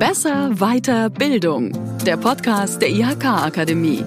Besser, weiter, Bildung. Der Podcast der IHK-Akademie.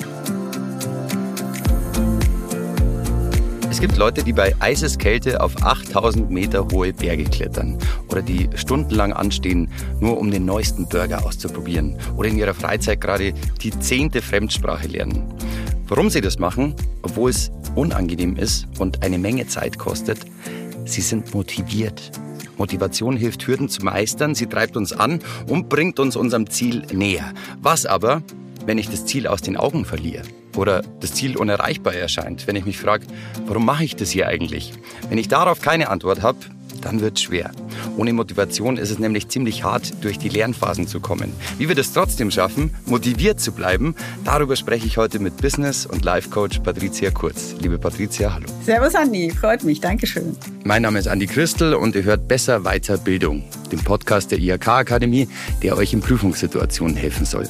Es gibt Leute, die bei Eiseskälte auf 8000 Meter hohe Berge klettern oder die stundenlang anstehen, nur um den neuesten Burger auszuprobieren oder in ihrer Freizeit gerade die 10. Fremdsprache lernen. Warum sie das machen, obwohl es unangenehm ist und eine Menge Zeit kostet? Sie sind motiviert. Motivation hilft, Hürden zu meistern, sie treibt uns an und bringt uns unserem Ziel näher. Was aber, wenn ich das Ziel aus den Augen verliere? Oder das Ziel unerreichbar erscheint, wenn ich mich frage, warum mache ich das hier eigentlich? Wenn ich darauf keine Antwort habe, dann wird es schwer. Ohne Motivation ist es nämlich ziemlich hart, durch die Lernphasen zu kommen. Wie wir das trotzdem schaffen, motiviert zu bleiben, darüber spreche ich heute mit Business- und Life-Coach Patricia Kurz. Liebe Patricia, hallo. Servus Andi, freut mich, Dankeschön. Mein Name ist Andi Christel und ihr hört Besser, weiter, Bildung, den Podcast der IHK-Akademie, der euch in Prüfungssituationen helfen soll.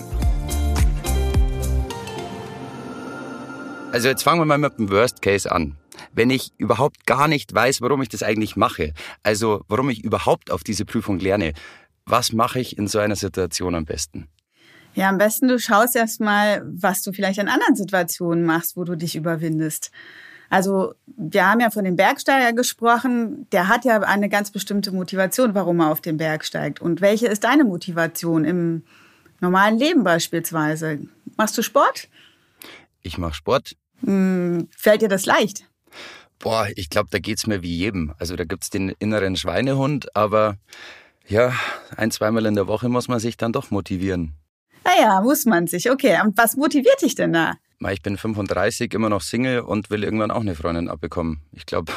Also jetzt fangen wir mal mit dem Worst Case an. Wenn ich überhaupt gar nicht weiß, warum ich das eigentlich mache, also warum ich überhaupt auf diese Prüfung lerne, was mache ich in so einer Situation am besten? Ja, am besten du schaust erst mal, was du vielleicht in anderen Situationen machst, wo du dich überwindest. Also wir haben ja von dem Bergsteiger gesprochen, der hat ja eine ganz bestimmte Motivation, warum er auf den Berg steigt. Und welche ist deine Motivation im normalen Leben beispielsweise? Machst du Sport? Ich mache Sport. Fällt dir das leicht? Boah, ich glaube, da geht's mir wie jedem. Also da gibt's den inneren Schweinehund, aber ja, 1-2 Mal in der Woche muss man sich dann doch motivieren. Naja, muss man sich. Okay, und was motiviert dich denn da? Ich bin 35, immer noch Single und will irgendwann auch eine Freundin abbekommen. Ich glaube...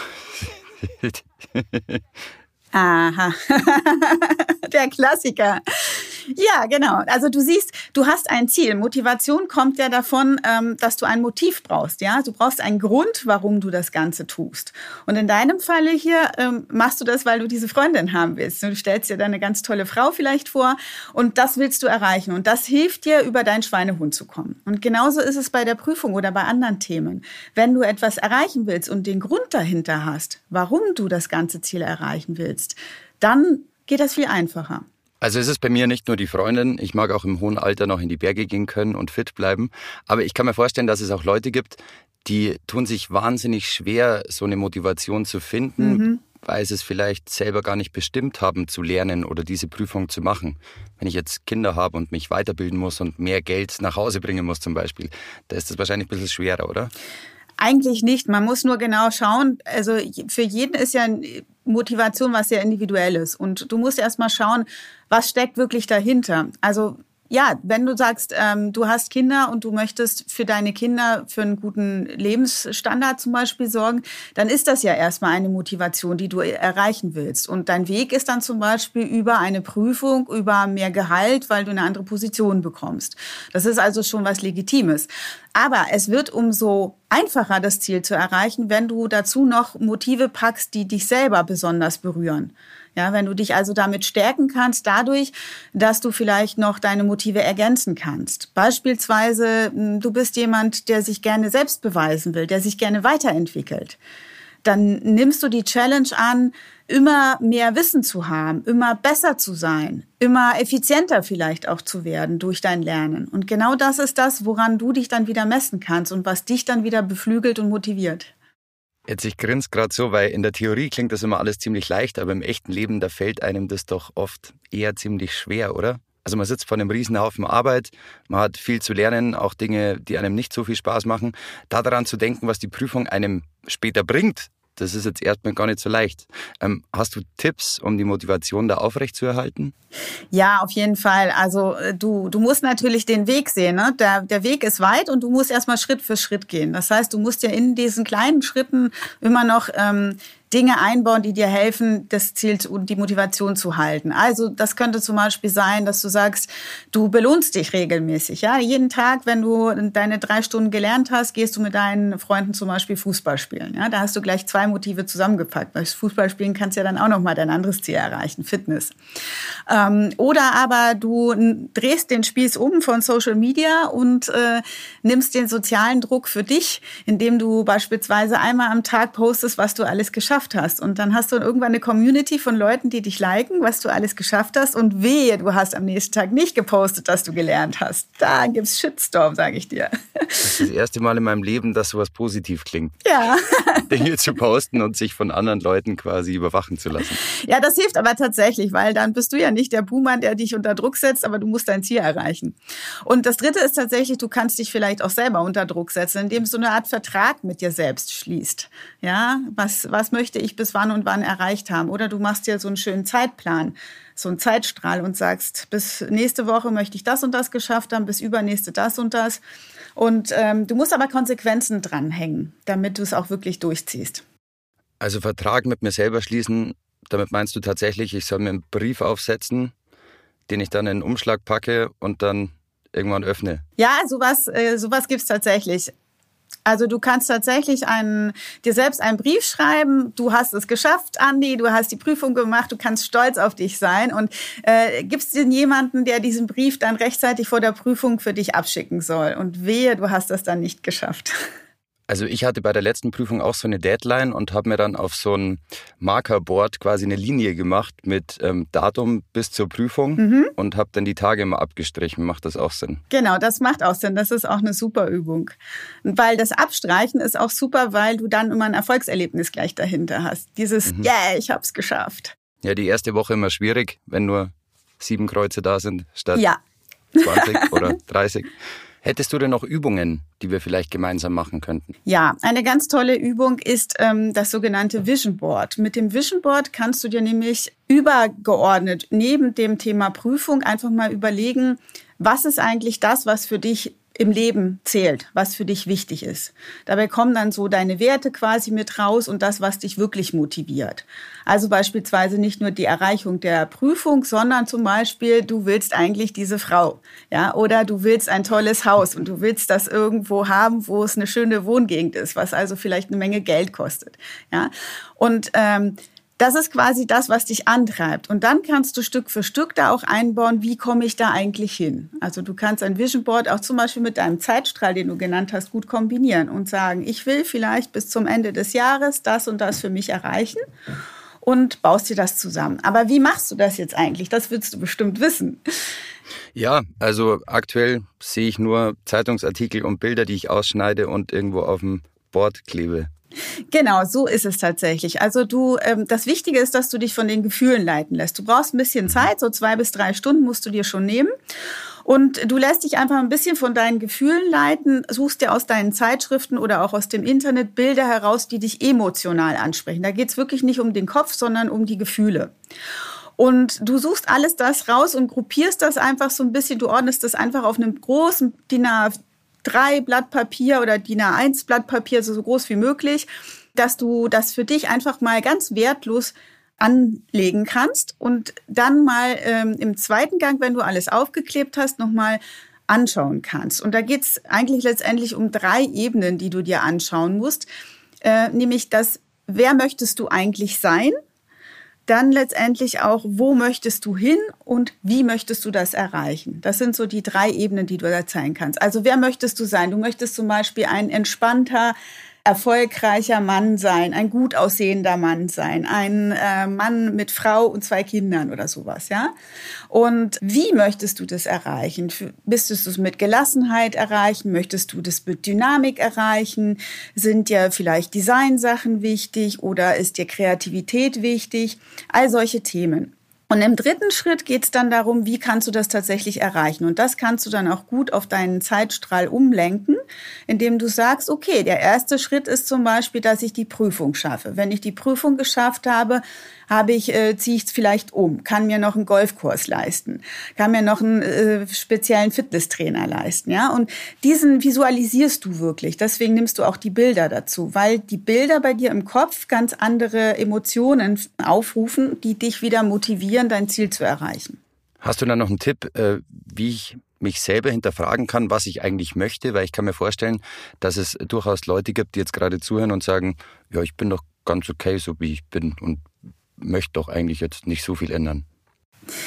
Aha, der Klassiker. Ja, genau. Also du siehst, du hast ein Ziel. Motivation kommt ja davon, dass du ein Motiv brauchst. Ja, du brauchst einen Grund, warum du das Ganze tust. Und in deinem Falle hier machst du das, weil du diese Freundin haben willst. Du stellst dir deine ganz tolle Frau vielleicht vor und das willst du erreichen. Und das hilft dir, über deinen Schweinehund zu kommen. Und genauso ist es bei der Prüfung oder bei anderen Themen. Wenn du etwas erreichen willst und den Grund dahinter hast, warum du das ganze Ziel erreichen willst, dann geht das viel einfacher. Also es ist bei mir nicht nur die Freundin, ich mag auch im hohen Alter noch in die Berge gehen können und fit bleiben. Aber ich kann mir vorstellen, dass es auch Leute gibt, die tun sich wahnsinnig schwer, so eine Motivation zu finden, weil sie es vielleicht selber gar nicht bestimmt haben, zu lernen oder diese Prüfung zu machen. Wenn ich jetzt Kinder habe und mich weiterbilden muss und mehr Geld nach Hause bringen muss zum Beispiel, da ist das wahrscheinlich ein bisschen schwerer, oder? Eigentlich nicht. Man muss nur genau schauen. Also für jeden ist ja Motivation was sehr Individuelles. Und du musst erst mal schauen, was steckt wirklich dahinter. Also ja, wenn du sagst, du hast Kinder und du möchtest für deine Kinder für einen guten Lebensstandard zum Beispiel sorgen, dann ist das ja erstmal eine Motivation, die du erreichen willst. Und dein Weg ist dann zum Beispiel über eine Prüfung, über mehr Gehalt, weil du eine andere Position bekommst. Das ist also schon was Legitimes. Aber es wird umso einfacher, das Ziel zu erreichen, wenn du dazu noch Motive packst, die dich selber besonders berühren. Ja, wenn du dich also damit stärken kannst, dadurch, dass du vielleicht noch deine Motive ergänzen kannst. Beispielsweise, du bist jemand, der sich gerne selbst beweisen will, der sich gerne weiterentwickelt. Dann nimmst du die Challenge an, immer mehr Wissen zu haben, immer besser zu sein, immer effizienter vielleicht auch zu werden durch dein Lernen. Und genau das ist das, woran du dich dann wieder messen kannst und was dich dann wieder beflügelt und motiviert. Jetzt, ich grinse gerade so, weil in der Theorie klingt das immer alles ziemlich leicht, aber im echten Leben, da fällt einem das doch oft eher ziemlich schwer, oder? Also man sitzt vor einem Riesenhaufen Arbeit, man hat viel zu lernen, auch Dinge, die einem nicht so viel Spaß machen. Da daran zu denken, was die Prüfung einem später bringt, das ist jetzt erstmal gar nicht so leicht. Hast du Tipps, um die Motivation da aufrechtzuerhalten? Ja, auf jeden Fall. Also du musst natürlich den Weg sehen. Ne? Der Weg ist weit und du musst erstmal Schritt für Schritt gehen. Das heißt, du musst ja in diesen kleinen Schritten immer noch Dinge einbauen, die dir helfen, das Ziel und die Motivation zu halten. Also das könnte zum Beispiel sein, dass du sagst, du belohnst dich regelmäßig. Ja, jeden Tag, wenn du deine 3 Stunden gelernt hast, gehst du mit deinen Freunden zum Beispiel Fußball spielen. Ja, da hast du gleich 2 Motive zusammengepackt. Weil Fußball spielen kannst ja dann auch nochmal dein anderes Ziel erreichen, Fitness. Oder aber du drehst den Spieß um von Social Media und nimmst den sozialen Druck für dich, indem du beispielsweise einmal am Tag postest, was du alles geschafft geschafft hast. Und dann hast du irgendwann eine Community von Leuten, die dich liken, was du alles geschafft hast. Und wehe, du hast am nächsten Tag nicht gepostet, dass du gelernt hast. Da gibt's Shitstorm, sage ich dir. Das ist das erste Mal in meinem Leben, dass sowas positiv klingt. Ja. Dinge zu posten und sich von anderen Leuten quasi überwachen zu lassen. Ja, das hilft aber tatsächlich, weil dann bist du ja nicht der Buhmann, der dich unter Druck setzt, aber du musst dein Ziel erreichen. Und das Dritte ist tatsächlich, du kannst dich vielleicht auch selber unter Druck setzen, indem du so eine Art Vertrag mit dir selbst schließt. Ja, was möchte ich bis wann und wann erreicht haben? Oder du machst dir so einen schönen Zeitplan, so einen Zeitstrahl und sagst, bis nächste Woche möchte ich das und das geschafft haben, bis übernächste das und das. Und du musst aber Konsequenzen dranhängen, damit du es auch wirklich durchziehst. Also Vertrag mit mir selber schließen, damit meinst du tatsächlich, ich soll mir einen Brief aufsetzen, den ich dann in einen Umschlag packe und dann irgendwann öffne? Ja, sowas gibt's tatsächlich. Also du kannst tatsächlich dir selbst einen Brief schreiben, du hast es geschafft, Andi, du hast die Prüfung gemacht, du kannst stolz auf dich sein und gibst dir jemanden, der diesen Brief dann rechtzeitig vor der Prüfung für dich abschicken soll. Und wehe, du hast das dann nicht geschafft. Also ich hatte bei der letzten Prüfung auch so eine Deadline und habe mir dann auf so ein Markerboard quasi eine Linie gemacht mit Datum bis zur Prüfung und habe dann die Tage immer abgestrichen. Macht das auch Sinn? Genau, das macht auch Sinn. Das ist auch eine super Übung. Weil das Abstreichen ist auch super, weil du dann immer ein Erfolgserlebnis gleich dahinter hast. Dieses, ich hab's geschafft. Ja, die erste Woche immer schwierig, wenn nur 7 Kreuze da sind statt 20 oder 30. Hättest du denn noch Übungen, die wir vielleicht gemeinsam machen könnten? Ja, eine ganz tolle Übung ist das sogenannte Vision Board. Mit dem Vision Board kannst du dir nämlich übergeordnet neben dem Thema Prüfung einfach mal überlegen, was ist eigentlich das, was für dich im Leben zählt, was für dich wichtig ist. Dabei kommen dann so deine Werte quasi mit raus und das, was dich wirklich motiviert. Also beispielsweise nicht nur die Erreichung der Prüfung, sondern zum Beispiel, du willst eigentlich diese Frau, ja, oder du willst ein tolles Haus und du willst das irgendwo haben, wo es eine schöne Wohngegend ist, was also vielleicht eine Menge Geld kostet, ja. Und das ist quasi das, was dich antreibt. Und dann kannst du Stück für Stück da auch einbauen, wie komme ich da eigentlich hin? Also du kannst ein Vision Board auch zum Beispiel mit deinem Zeitstrahl, den du genannt hast, gut kombinieren und sagen, ich will vielleicht bis zum Ende des Jahres das und das für mich erreichen und baust dir das zusammen. Aber wie machst du das jetzt eigentlich? Das willst du bestimmt wissen. Ja, also aktuell sehe ich nur Zeitungsartikel und Bilder, die ich ausschneide und irgendwo auf dem Board klebe. Genau, so ist es tatsächlich. Also das Wichtige ist, dass du dich von den Gefühlen leiten lässt. Du brauchst ein bisschen Zeit, so 2 bis 3 Stunden musst du dir schon nehmen. Und du lässt dich einfach ein bisschen von deinen Gefühlen leiten, suchst dir aus deinen Zeitschriften oder auch aus dem Internet Bilder heraus, die dich emotional ansprechen. Da geht's wirklich nicht um den Kopf, sondern um die Gefühle. Und du suchst alles das raus und gruppierst das einfach so ein bisschen, du ordnest das einfach auf einem großen DIN A3 Blatt Papier oder DIN A1 Blatt Papier, also so groß wie möglich, dass du das für dich einfach mal ganz wertlos anlegen kannst und dann mal im zweiten Gang, wenn du alles aufgeklebt hast, nochmal anschauen kannst. Und da geht's eigentlich letztendlich um 3 Ebenen, die du dir anschauen musst. Nämlich das, wer möchtest du eigentlich sein? Dann letztendlich auch, wo möchtest du hin und wie möchtest du das erreichen? Das sind so die 3 Ebenen, die du da zeigen kannst. Also wer möchtest du sein? Du möchtest zum Beispiel ein entspannter, erfolgreicher Mann sein, ein gut aussehender Mann sein, ein Mann mit Frau und 2 Kindern oder sowas, ja? Und wie möchtest du das erreichen? Möchtest du es mit Gelassenheit erreichen? Möchtest du das mit Dynamik erreichen? Sind dir vielleicht Designsachen wichtig oder ist dir Kreativität wichtig? All solche Themen. Und im 3. Schritt geht es dann darum, wie kannst du das tatsächlich erreichen? Und das kannst du dann auch gut auf deinen Zeitstrahl umlenken, indem du sagst, okay, der erste Schritt ist zum Beispiel, dass ich die Prüfung schaffe. Wenn ich die Prüfung geschafft habe, ziehe ich es vielleicht um, kann mir noch einen Golfkurs leisten, kann mir noch einen speziellen Fitnesstrainer leisten, ja? Und diesen visualisierst du wirklich. Deswegen nimmst du auch die Bilder dazu, weil die Bilder bei dir im Kopf ganz andere Emotionen aufrufen, die dich wieder motivieren, dein Ziel zu erreichen. Hast du dann noch einen Tipp, wie ich mich selber hinterfragen kann, was ich eigentlich möchte? Weil ich kann mir vorstellen, dass es durchaus Leute gibt, die jetzt gerade zuhören und sagen, ja, ich bin doch ganz okay, so wie ich bin und möchte doch eigentlich jetzt nicht so viel ändern.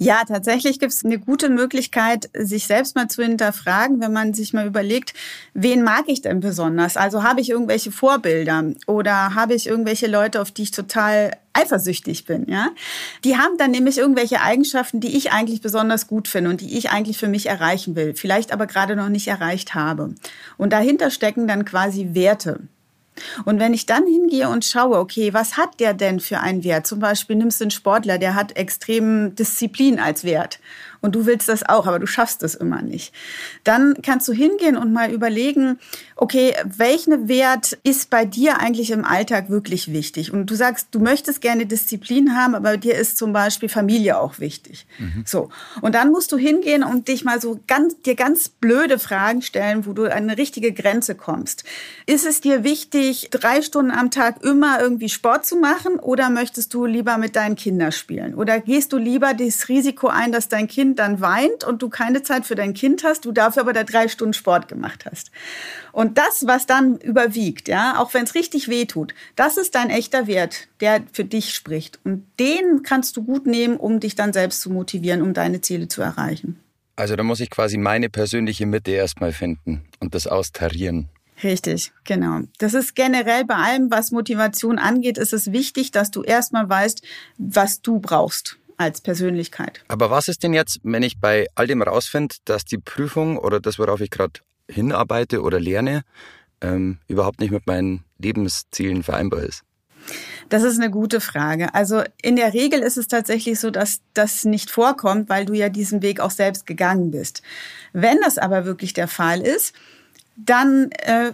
Ja, tatsächlich gibt es eine gute Möglichkeit, sich selbst mal zu hinterfragen, wenn man sich mal überlegt, wen mag ich denn besonders? Also habe ich irgendwelche Vorbilder oder habe ich irgendwelche Leute, auf die ich total eifersüchtig bin, ja? Die haben dann nämlich irgendwelche Eigenschaften, die ich eigentlich besonders gut finde und die ich eigentlich für mich erreichen will, vielleicht aber gerade noch nicht erreicht habe. Und dahinter stecken dann quasi Werte. Und wenn ich dann hingehe und schaue, okay, was hat der denn für einen Wert? Zum Beispiel nimmst du einen Sportler, der hat extrem Disziplin als Wert. Und du willst das auch, aber du schaffst es immer nicht. Dann kannst du hingehen und mal überlegen, okay, welchen Wert ist bei dir eigentlich im Alltag wirklich wichtig? Und du sagst, du möchtest gerne Disziplin haben, aber dir ist zum Beispiel Familie auch wichtig. So. Und dann musst du hingehen und dich mal dir ganz blöde Fragen stellen, wo du an eine richtige Grenze kommst. Ist es dir wichtig, 3 Stunden am Tag immer irgendwie Sport zu machen oder möchtest du lieber mit deinen Kindern spielen? Oder gehst du lieber das Risiko ein, dass dein Kind dann weint und du keine Zeit für dein Kind hast, du dafür aber da 3 Stunden Sport gemacht hast? Und das, was dann überwiegt, ja, auch wenn es richtig weh tut, das ist dein echter Wert, der für dich spricht. Und den kannst du gut nehmen, um dich dann selbst zu motivieren, um deine Ziele zu erreichen. Also da muss ich quasi meine persönliche Mitte erstmal finden und das austarieren. Richtig, genau. Das ist generell bei allem, was Motivation angeht, ist es wichtig, dass du erstmal weißt, was du brauchst als Persönlichkeit. Aber was ist denn jetzt, wenn ich bei all dem rausfinde, dass die Prüfung oder das, worauf ich gerade hinarbeite oder lerne, überhaupt nicht mit meinen Lebenszielen vereinbar ist? Das ist eine gute Frage. Also in der Regel ist es tatsächlich so, dass das nicht vorkommt, weil du ja diesen Weg auch selbst gegangen bist. Wenn das aber wirklich der Fall ist, dann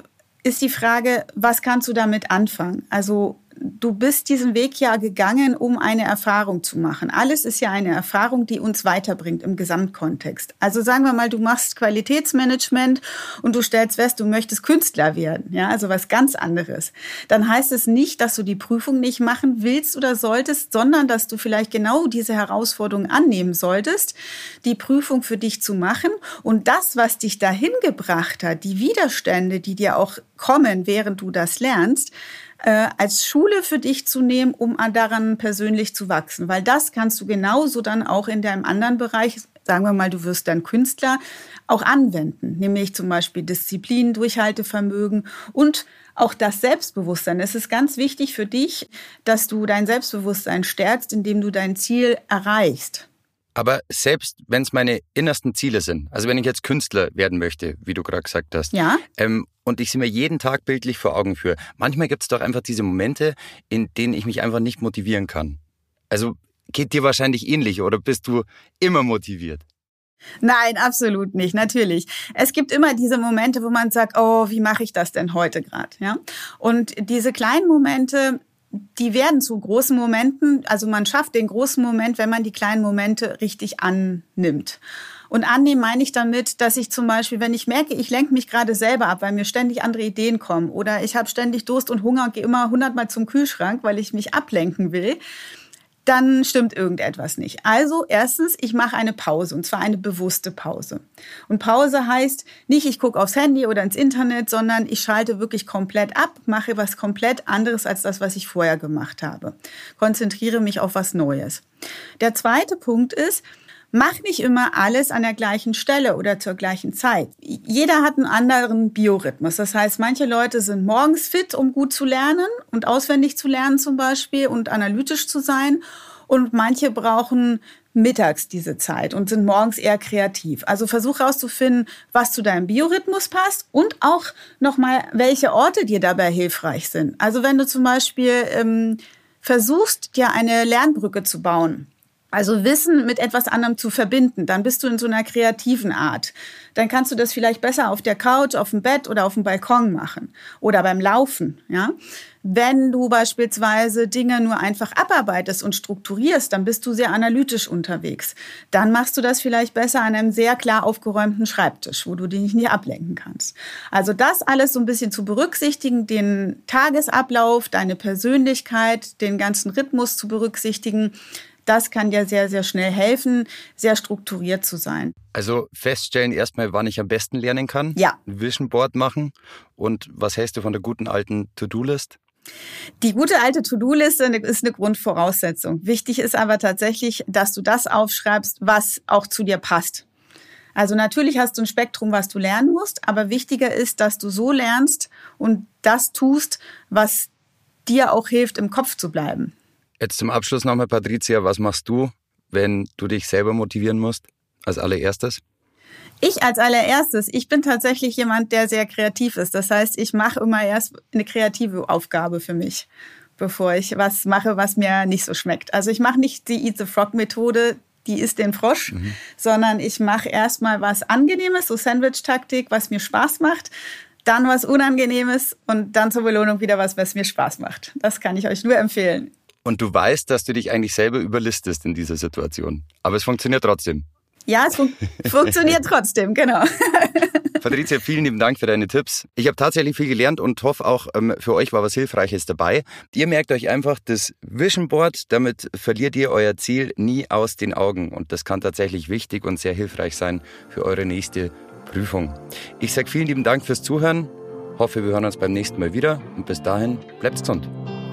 ist die Frage, was kannst du damit anfangen? Also du bist diesen Weg ja gegangen, um eine Erfahrung zu machen. Alles ist ja eine Erfahrung, die uns weiterbringt im Gesamtkontext. Also sagen wir mal, du machst Qualitätsmanagement und du stellst fest, du möchtest Künstler werden, ja, also was ganz anderes. Dann heißt es nicht, dass du die Prüfung nicht machen willst oder solltest, sondern dass du vielleicht genau diese Herausforderung annehmen solltest, die Prüfung für dich zu machen und das, was dich dahin gebracht hat, die Widerstände, die dir auch kommen, während du das lernst, als Schule für dich zu nehmen, um daran persönlich zu wachsen. Weil das kannst du genauso dann auch in deinem anderen Bereich, sagen wir mal, du wirst dann Künstler, auch anwenden. Nämlich zum Beispiel Disziplin, Durchhaltevermögen und auch das Selbstbewusstsein. Es ist ganz wichtig für dich, dass du dein Selbstbewusstsein stärkst, indem du dein Ziel erreichst. Aber selbst wenn es meine innersten Ziele sind, also wenn ich jetzt Künstler werden möchte, wie du gerade gesagt hast, ja? Und ich sie mir jeden Tag bildlich vor Augen führe, manchmal gibt es doch einfach diese Momente, in denen ich mich einfach nicht motivieren kann. Also geht dir wahrscheinlich ähnlich oder bist du immer motiviert? Nein, absolut nicht, natürlich. Es gibt immer diese Momente, wo man sagt, oh, wie mache ich das denn heute gerade? Ja? Und diese kleinen Momente, die werden zu großen Momenten. Also man schafft den großen Moment, wenn man die kleinen Momente richtig annimmt. Und annehmen meine ich damit, dass ich zum Beispiel, wenn ich merke, ich lenke mich gerade selber ab, weil mir ständig andere Ideen kommen oder ich habe ständig Durst und Hunger und gehe immer 100-mal zum Kühlschrank, weil ich mich ablenken will, dann stimmt irgendetwas nicht. Also erstens, ich mache eine Pause und zwar eine bewusste Pause. Und Pause heißt nicht, ich gucke aufs Handy oder ins Internet, sondern ich schalte wirklich komplett ab, mache was komplett anderes als das, was ich vorher gemacht habe. Konzentriere mich auf was Neues. Der zweite Punkt ist, mach nicht immer alles an der gleichen Stelle oder zur gleichen Zeit. Jeder hat einen anderen Biorhythmus. Das heißt, manche Leute sind morgens fit, um gut zu lernen und auswendig zu lernen zum Beispiel und analytisch zu sein. Und manche brauchen mittags diese Zeit und sind morgens eher kreativ. Also versuch herauszufinden, was zu deinem Biorhythmus passt und auch nochmal, welche Orte dir dabei hilfreich sind. Also wenn du zum Beispiel versuchst, dir eine Lernbrücke zu bauen, also Wissen mit etwas anderem zu verbinden, dann bist du in so einer kreativen Art. Dann kannst du das vielleicht besser auf der Couch, auf dem Bett oder auf dem Balkon machen oder beim Laufen. Ja? Wenn du beispielsweise Dinge nur einfach abarbeitest und strukturierst, dann bist du sehr analytisch unterwegs. Dann machst du das vielleicht besser an einem sehr klar aufgeräumten Schreibtisch, wo du dich nicht ablenken kannst. Also das alles so ein bisschen zu berücksichtigen, den Tagesablauf, deine Persönlichkeit, den ganzen Rhythmus zu berücksichtigen, das kann dir sehr, sehr schnell helfen, sehr strukturiert zu sein. Also feststellen erstmal, wann ich am besten lernen kann. Ja. Ein Vision Board machen. Und was hältst du von der guten alten To-Do-List? Die gute alte To-Do-Liste ist eine Grundvoraussetzung. Wichtig ist aber tatsächlich, dass du das aufschreibst, was auch zu dir passt. Also natürlich hast du ein Spektrum, was du lernen musst, aber wichtiger ist, dass du so lernst und das tust, was dir auch hilft, im Kopf zu bleiben. Jetzt zum Abschluss nochmal, Patricia, was machst du, wenn du dich selber motivieren musst, als allererstes? Ich bin tatsächlich jemand, der sehr kreativ ist. Das heißt, ich mache immer erst eine kreative Aufgabe für mich, bevor ich was mache, was mir nicht so schmeckt. Also ich mache nicht die Eat the Frog Methode, die isst den Frosch, sondern ich mache erstmal was Angenehmes, so Sandwich-Taktik, was mir Spaß macht, dann was Unangenehmes und dann zur Belohnung wieder was mir Spaß macht. Das kann ich euch nur empfehlen. Und du weißt, dass du dich eigentlich selber überlistest in dieser Situation. Aber es funktioniert trotzdem. Ja, es funktioniert trotzdem, genau. Patricia, vielen lieben Dank für deine Tipps. Ich habe tatsächlich viel gelernt und hoffe auch, für euch war was Hilfreiches dabei. Ihr merkt euch einfach das Vision Board, damit verliert ihr euer Ziel nie aus den Augen. Und das kann tatsächlich wichtig und sehr hilfreich sein für eure nächste Prüfung. Ich sage vielen lieben Dank fürs Zuhören. Hoffe, wir hören uns beim nächsten Mal wieder. Und bis dahin, bleibt gesund.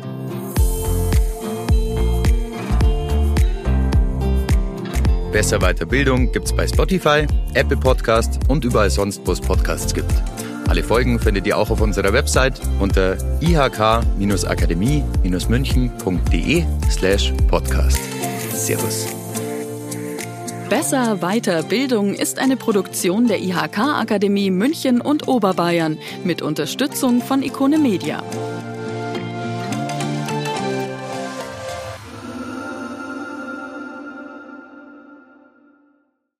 Besser Weiterbildung gibt's bei Spotify, Apple Podcast und überall sonst, wo es Podcasts gibt. Alle Folgen findet ihr auch auf unserer Website unter ihk-akademie-münchen.de/podcast. Servus. Besser Weiterbildung ist eine Produktion der IHK Akademie München und Oberbayern mit Unterstützung von Ikone Media.